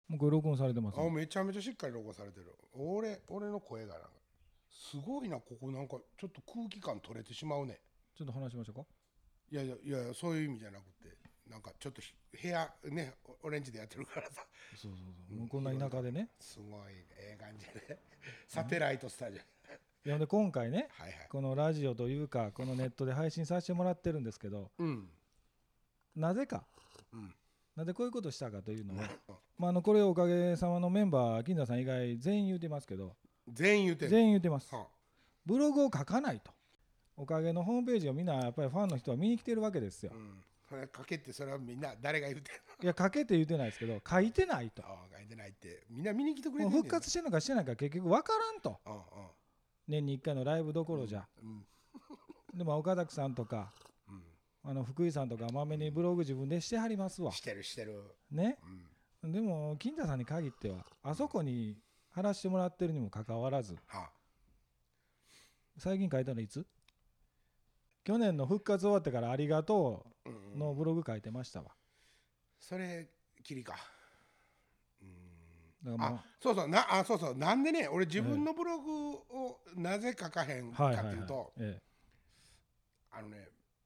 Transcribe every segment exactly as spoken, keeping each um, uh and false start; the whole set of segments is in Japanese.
もうこれ録音されてます、ね、 あめちゃめちゃしっかり録音されてる。俺俺の声がなんかすごいな。ここなんかちょっと空気感取れてしまうね。 ちょっと話しましょうか。 いやいやいやそういう意味じゃなくてなんかちょっと部屋ねオレンジでやってるからさ。 そうそうそう、もうこんな田舎でねすごいええ感じでサテライトスタジオ、 いやで今回ね、 はいはい、 このラジオというかこのネットで配信させてもらってるんですけど、 うん、 なぜか、 うん、 なぜこういうことしたかというのは、まあ、あのこれおかげさまのメンバー金田さん以外全員言うてますけど、 全員言うてる全員言うてます、 はあ、 ブログを書かないと。おかげのホームページをみんなやっぱりファンの人は見に来てるわけですよ、 うん、それかけってそれはみんな誰が言うてるいや書けって言うてないですけど書いてないと。 ああ書いてないってみんな見に来てくれてもるう復活してるのかしてないか結局分からんと。 ああ年にいっかいのライブどころじゃ、 うんうん、でも岡崎さんとか、うん、あの福井さんとかまめにブログ自分でしてはりますわ。 してるしてるね、うん、でも金田さんに限ってはあそこに貼らしてもらってるにもかかわらず、はあ、最近書いたのいつ？去年の復活終わってからありがとうのブログ書いてましたわ、うん、 それきりか。 だからあそうそうなあそうそうなんでね俺自分のブログをなぜ書かへんかっていうと、あのね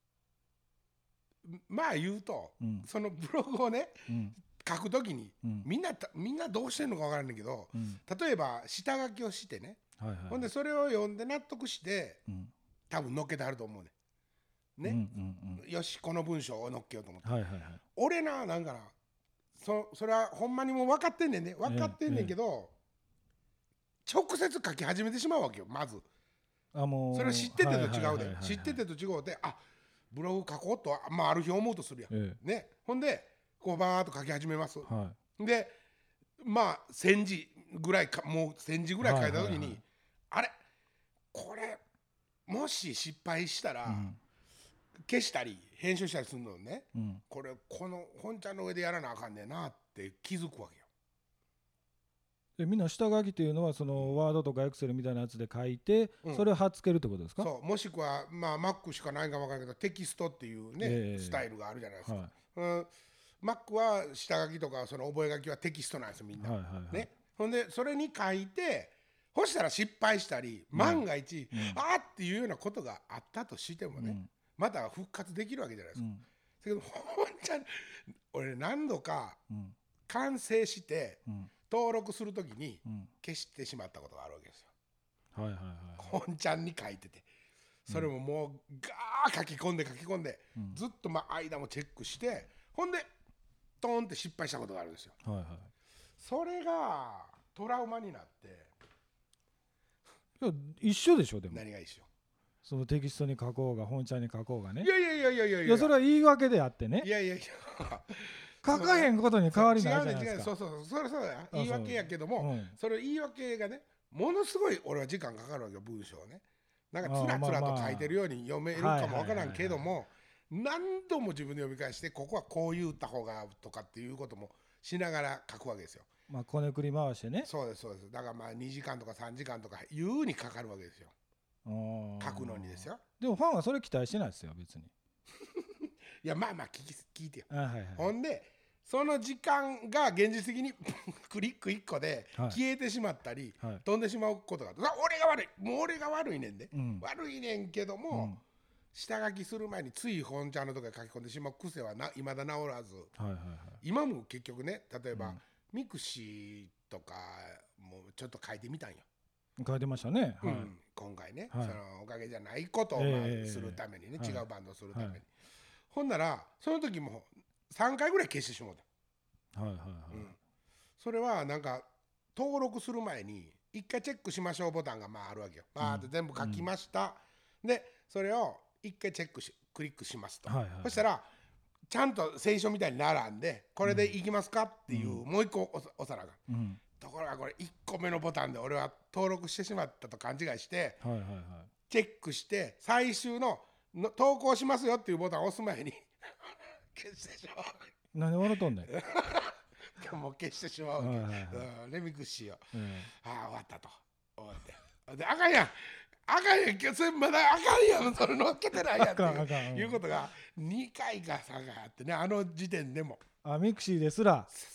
まあ言うと、うん、そのブログをね、うん、書くときに、うん、みんなみんなどうしてんのか分からんねんけど、うん、例えば下書きをしてね、はいはい、ほんでそれを読んで納得して、うん、多分載っけてはると思うねね、うんうんうん、よしこの文章を載っけようと思って、はいはいはい、俺ななんかなそ, それはほんまにもう分かってんねんね分かってんねんけど、ええ、直接書き始めてしまうわけよまず。あもうそれは知っててと違うで、はいはいはいはい、知っててと違うであブログ書こうと、まあ、ある日思うとするやん、ええね、ほんでこうバーッと書き始めます、はい、でまあせんじぐらいかもうせんじぐらい書いた時に、はいはいはい、あれこれもし失敗したら、うん、消したり編集したりするのね、うん、これこの本ちゃんの上でやらなあかんねんなって気づくわけよ。 えみんな下書きというのはそのワードとかエクセルみたいなやつで書いて、うん、それを貼っつけるってことですか？ そうもしくはまあ Mac しかないか分からないけどテキストっていうね、えー、スタイルがあるじゃないですか、はいうん、Mac は下書きとかその覚書きはテキストなんですよみんな、はいはいはいね、ほんでそれに書いてそしたら失敗したり万が一、うん、あーっていうようなことがあったとしてもね、うん、また復活できるわけじゃないですか、うん、だけどほんちゃん俺何度か完成して、うん登録するときに消してしまったことがあるわけですよ、うんはいはいはい、本ちゃんに書いててそれももうガー書き込んで書き込んで、うん、ずっとまあ間もチェックしてほんでトーンって失敗したことがあるんですよ、はいはい、それがトラウマになっていや一緒でしょでも何が一緒そのテキストに書こうが本ちゃんに書こうがねいやいやいやいやいやいやそれは言い訳であってねいやいやいや書かへんことに変わりないじゃないですか。 そうそうそうそれそうや言い訳やけども、うん、それ言い訳がねものすごい俺は時間かかるわけよ文章をねなんかつらつらと書いてるように読めるかもわからんけども何度も自分で読み返してここはこう言った方がとかっていうこともしながら書くわけですよ。 まあこねくり回してねそうですそうですだからまあにじかんとかさんじかんとか言うにかかるわけですよ書くのにですよ。 でもファンはそれ期待してないですよ別にいやまあまあ聞き聞いてよ、 はいはい、 ほんでその時間が現実的にクリックいっこで消えてしまったり、はい、飛んでしまうことがある。俺が悪いもう俺が悪いねんで、うん、悪いねんけども、うん、下書きする前につい本ちゃんのとこに書き込んでしまう癖はいまだ治らず、はいはいはい、今も結局ね例えば、うん、ミクシーとかもちょっと書いてみたんよ書いてましたね、 うんはい、今回ね、はい、そのおかげじゃないことをするためにね、えー、違うバンドをするために、はい、ほんならその時もさんかいぐらい消してしまうた、はいはいはいうん、それはなんか登録する前に一回チェックしましょうボタンがまああるわけよ、うん、バーって全部書きました、うん、でそれを一回チェックしクリックしますと、はいはいはい、そしたらちゃんと聖書みたいに並んでこれでいきますかっていう、うん、もう一個おさらが、うん、ところがこれいっこめのボタンで俺は登録してしまったと勘違いして、はいはいはい、チェックして最終のの投稿しますよっていうボタンを押す前に消してしまう。 何笑っとんねんもう消してしまうわけ、はいはいはいうん、レミクシーを、うん、ああ終わったと終わってであかんやんあかんやん今日それまだあかんやんそれ乗っけてないやんっていう、いうことがにかいかさんかいあってねあの時点でもあミクシーですらすら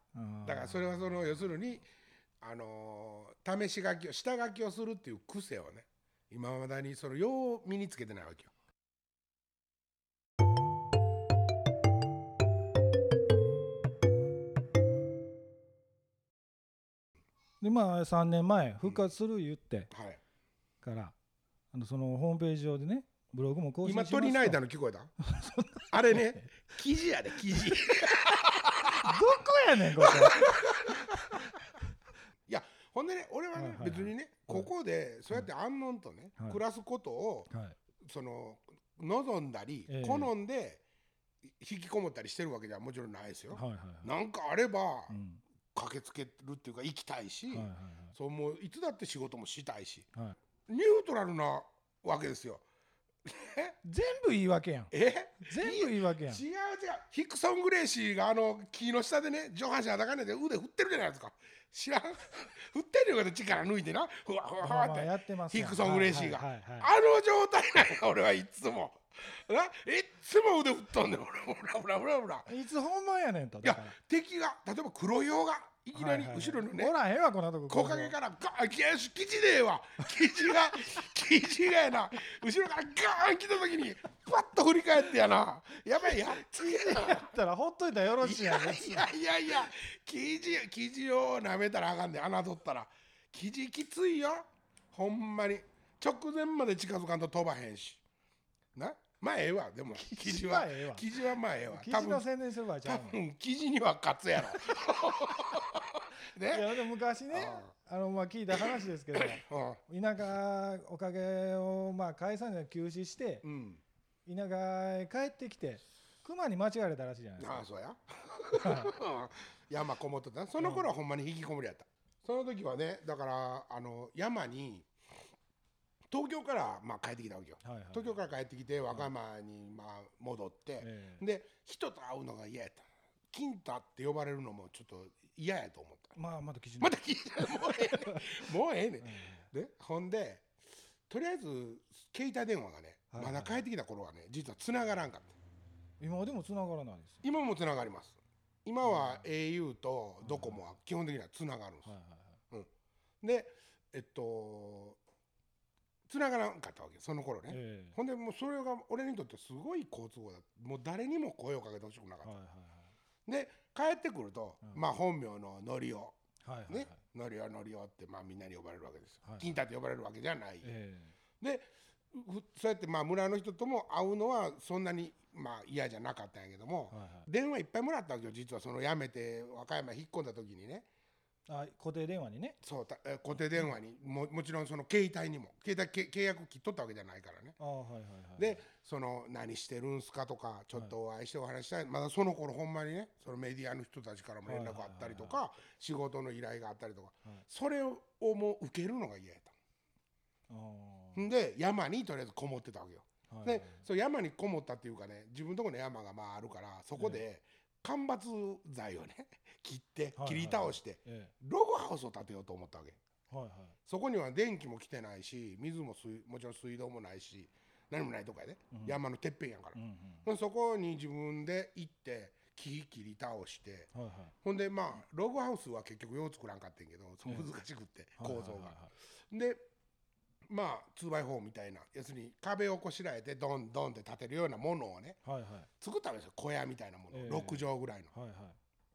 だからそれはその要するにあのー、試し書きを下書きをするっていう癖をね今までにそのよう身につけてないわけよ。 でまあさんねんまえ復活する言って、うんはい、からあのそのホームページ上でねブログも更新しますと。 今鳥鳴いたの聞こえたあれね記事やで記事どこやねんここいやほんでね俺はね、はいはいはい、別にねここでそうやって安穏とね、はい、暮らすことを、はい、その望んだり、えー、好んで引きこもったりしてるわけじゃもちろんないですよ、はいはいはい、なんかあれば、うん、駆けつけるっていうか行きたいし、はいはいはい、そうもういつだって仕事もしたいし、はい、ニュートラルなわけですよ全部言い訳やん。 え全部言い訳やん。 違う違うヒクソン・グレイシーがあの木の下でね上半身裸ねで腕振ってるじゃないですか。知らん振ってるよう力抜いてなふわふわふわって、まあまあやってますヒクソン・グレイシーが、はいはいはいはい、あの状態なんや俺はいつもないっつも腕振っとんねん俺フラフラフラフラいつ本番やねんと。 いや敵が例えば黒ひょうがいきなり後ろのね、 ほらへんわこんなとこ木陰からガーンよし生地ねえわ生地が生地がやな後ろからガーン来た時にパッと振り返ってやなやばいやっつけなやったらほっといたらよろしいやん。 いやいやいやいや生地生地を舐めたらあかんで侮ったら生地きついよほんまに直前まで近づかんと飛ばへんしなまあええわでも生地は生地はまあええわ生地の宣伝する場合ちゃうの。 多分生地には勝つやろね、いやでも昔ねあのまあ聞いた話ですけど田舎おかげをまあ解散で休止して、うん、田舎へ帰ってきて熊に間違われたらしいじゃないですか。 ああそうや山こもってたその頃はほんまに引きこもりやった、うん、その時はねだからあの山に東京からまあ帰ってきたわけよ、はいはい、東京から帰ってきて和歌山にまあ戻って、えー、で人と会うのが嫌やった金太って呼ばれるのもちょっと嫌やと思った。 まあまだ記事まだ記事もうええねんもうええねん、うん、でほんでとりあえず携帯電話がね、はいはい、まだ帰ってきた頃はね実は繋がらんかった。 今でも繋がらないです。 今も繋がります。今は エーユー とドコモは基本的には繋がるんです、はいはいはいうん、でえっと繋がらんかったわけその頃ね、えー、ほんでもうそれが俺にとってすごい好都合だもう誰にも声をかけてほしくなかった、はいはいはい、で帰ってくると、うん、まあ本名ののりおねのりおのりおってまあみんなに呼ばれるわけですよ、はいはい、金太って呼ばれるわけじゃない、えー、でそうやってまあ村の人とも会うのはそんなにまあ嫌じゃなかったんやけども、はいはい、電話いっぱいもらったわけよ実はその辞めて和歌山引っ込んだ時にねあ固定電話にねそう固定電話に も, もちろんその携帯にも携帯契約切っとったわけじゃないからねあ、はいはいはい、でその何してるんすかとかちょっとお会いしてお話したい、はい、まだその頃ほんまにねそのメディアの人たちからも連絡あったりとか、はいはいはいはい、仕事の依頼があったりとか、はい、それをもう受けるのが嫌やったんで山にとりあえずこもってたわけよ、はいはい、でそう山にこもったっていうかね自分のところの山がまああるからそこで間伐材をね切って切り倒してログハウスを建てようと思ったわけ、はいはい、そこには電気も来てないし水も水もちろん水道もないし何もないとこやで、うん、山のてっぺんやから、うんうん、そこに自分で行って木切り倒して、はいはい、ほんでまあログハウスは結局よう作らんかったんけど難しくって構造が、でまあ ツーバイフォー みたいな要するに壁をこしらえてドンドンって建てるようなものをね、はいはい、作ったんですよ小屋みたいなもの、えー、ろくじょうぐらいの、はいはい、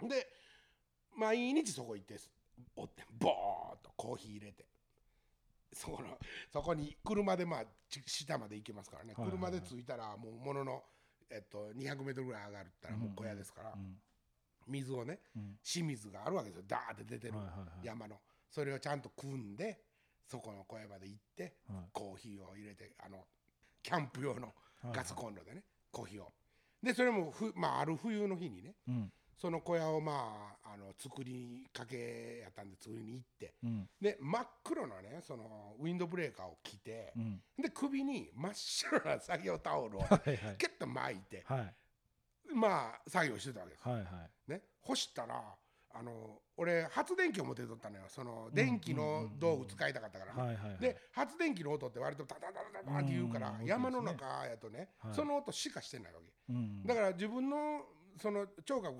で毎日そこ行っておってボーっとコーヒー入れてそこのそこに車でまあ下まで行けますからね、はいはいはい、車で着いたらもうものの、えっと、にひゃくメートルぐらい上がったらもう小屋ですから、うんうん、水をね、うん、清水があるわけですよダーって出てる山の、はいはいはい、それをちゃんと汲んでそこの小屋まで行って、はい、コーヒーを入れてあのキャンプ用のガスコンロでね、はいはい、コーヒーをでそれもふ、まあ、ある冬の日にね、うん、その小屋をまああの作りかけやったんで作りに行って、うん、で真っ黒なねそのウィンドブレーカーを着て、うん、で首に真っ白な作業タオルをキュッと巻いて、はい、まあ作業してたわけです、はいはいね、干したらあの俺発電機を持ってとったのよその電気の道具使いたかったからねで発電機の音って割とタタタタタって言うから山の中やとね、はい、その音しかしてないわけ、うん、だから自分のその聴覚が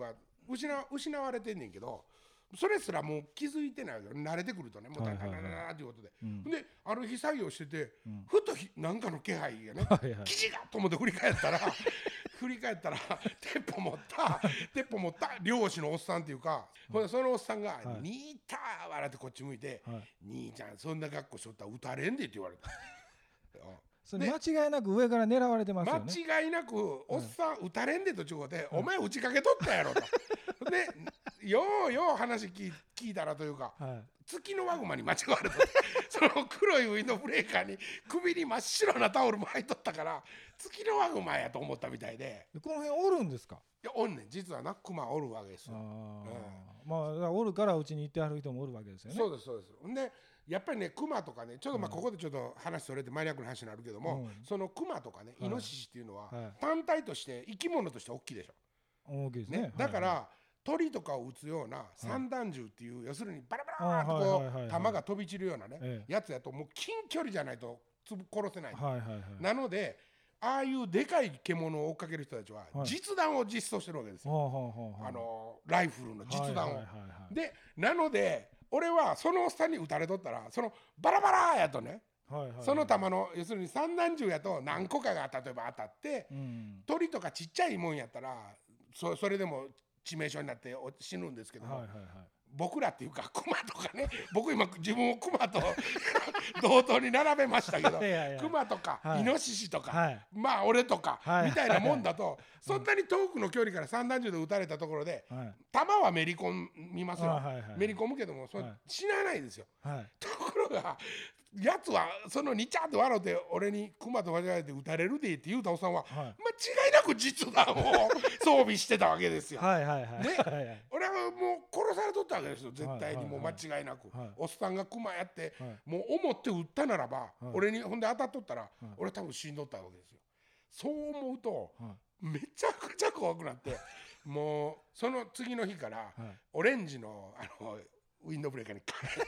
失失われてんねんけど、それすらもう気づいてないわけよ。慣れてくるとね、もうダラダラダラっていうことで、うん、である日作業してて、うん、ふと何かの気配がね、はいはい、記事がと思って振り返ったら振り返ったら鉄砲持った鉄砲持った漁師のおっさんっていうか、うん、そのおっさんが「はい、兄ちゃん」笑ってこっち向いて「はい、兄ちゃんそんな格好しとったら撃たれんで」って言われた。 それ間違いなく上から狙われてますよね。 間違いなくおっさん撃たれんでとちゅうことで、お前撃ちかけとったやろと。でようよう話聞い、聞いたらというか、はい、月のワグマに間違われた。その黒いウィンドブレーカーに首に真っ白なタオルも入っとったから月のワグマやと思ったみたいで。 この辺おるんですか？ いやおんねん、実はなクマおるわけですよ。あ、 うん、まあおるからうちに行ってはる人もおるわけですよね。 そうですそうです。でやっぱりねクマとかね、ちょっとまあここでちょっと話それてマニアックな話になるけども、うん、そのクマとかねイノシシっていうのは、はい、単体として生き物として大きいでしょ。 大きいですね。 ね、だから、はいはい、鳥とかを撃つような散弾銃っていう、はい、要するにバラバラーっとこう弾が飛び散るようなね、ええ、やつやともう近距離じゃないとつぶ殺せない、はいはいはい、なのでああいうでかい獣を追っかける人たちは実弾を実装してるわけですよ、はい、あのライフルの実弾を、はいはいはいはい、でなので俺はそのおっさんに撃たれとったらそのバラバラやとね、はいはいはい、その弾の要するに散弾銃やと何個かが例えば当たって、うん、鳥とかちっちゃいもんやったら そ, それでも致命傷になって死ぬんですけども、はいはいはい、僕らっていうかクマとかね、僕今自分をクマと同等に並べましたけどクマとか、はい、イノシシとか、はい、まあ俺とか、はい、みたいなもんだと、はい、そんなに遠くの距離から散弾銃で撃たれたところで、はい、弾はめり込みますよ、はいはいはい、めり込むけどもそれ、はい、死なないですよ、はい、ところがやつはそのにちゃんと笑って俺にクマと間違えて撃たれるでって言うたおっさんは、はい、間違いなく実弾を装備してたわけですよ。はいはいはい、ね、俺はもう殺されとったわけですよ絶対に、もう間違いなく、はいはい、おっさんがクマやって、はい、もう思って撃ったならば、はい、俺にほんで当たっとったら、はい、俺多分死んどったわけですよ。そう思うと、はい、めちゃくちゃ怖くなってもうその次の日から、はい、オレンジのあのウィンドブレーカーにカーッ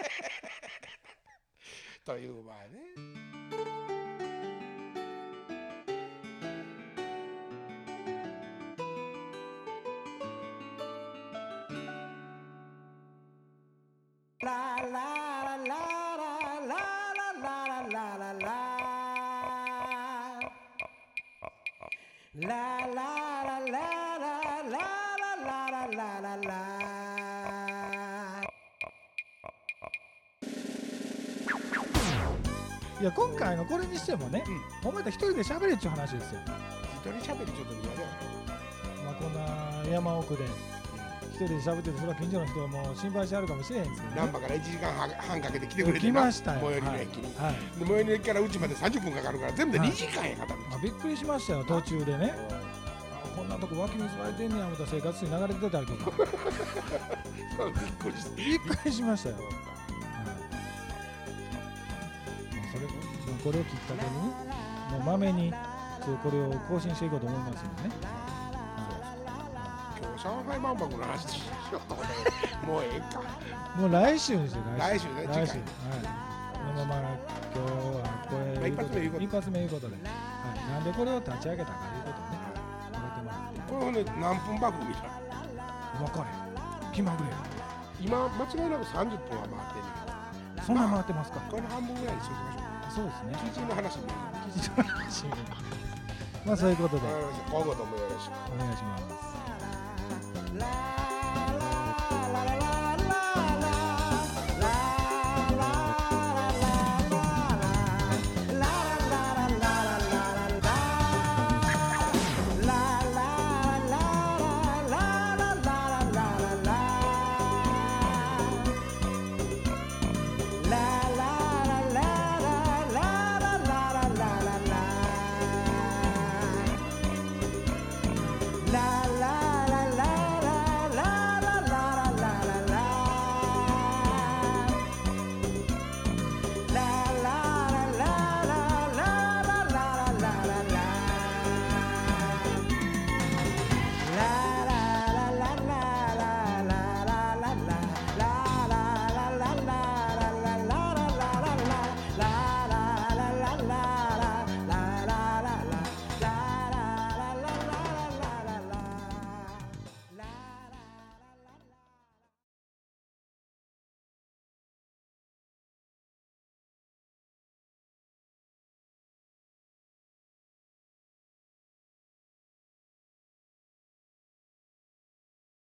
というまあね。ララララララララララララララいや今回のこれにしてもね、うん、お前ら一人で喋れっちゅう話ですよ。 一人喋りちょっと嫌だよ。 まあこんな山奥で一人で喋ってて、それは近所の人はもう心配してあるかもしれへんですけどね。 難波からいちじかんはんかけて来てくれて来ましたよ。 最寄りの駅に、はいはい、で最寄りの駅からうちまでさんじゅっぷんかかるから全部でにじかんやかた、はい、 まあ、びっくりしましたよ途中でね。こんなとこ湧き水湧いてんねや思ったら生活水流れてたりとかびっくりしびっくりしましたよ。それこれをきっかけにもうまめにこれを更新していこうと思いますよね。 今日上海万博の話しようと思ったけどもうええか。 もう来週ですよ。 来週ね、 来週。はい。このまま今日はこれ、まあ、一発目いうこと一発目いうことで、はい、なんでこれを立ち上げたかいうことをね、覚えてもらって。 これほんで何分番組だ。 分かれへん。気まぐれ。 今間違いなくさんじゅっぷんは回ってる。そんな回ってますか。 これの半分ぐらいにしておきましょう。 そうですね。 記事の話も記事の話まあそういうことで今後ともよろしくお願いします。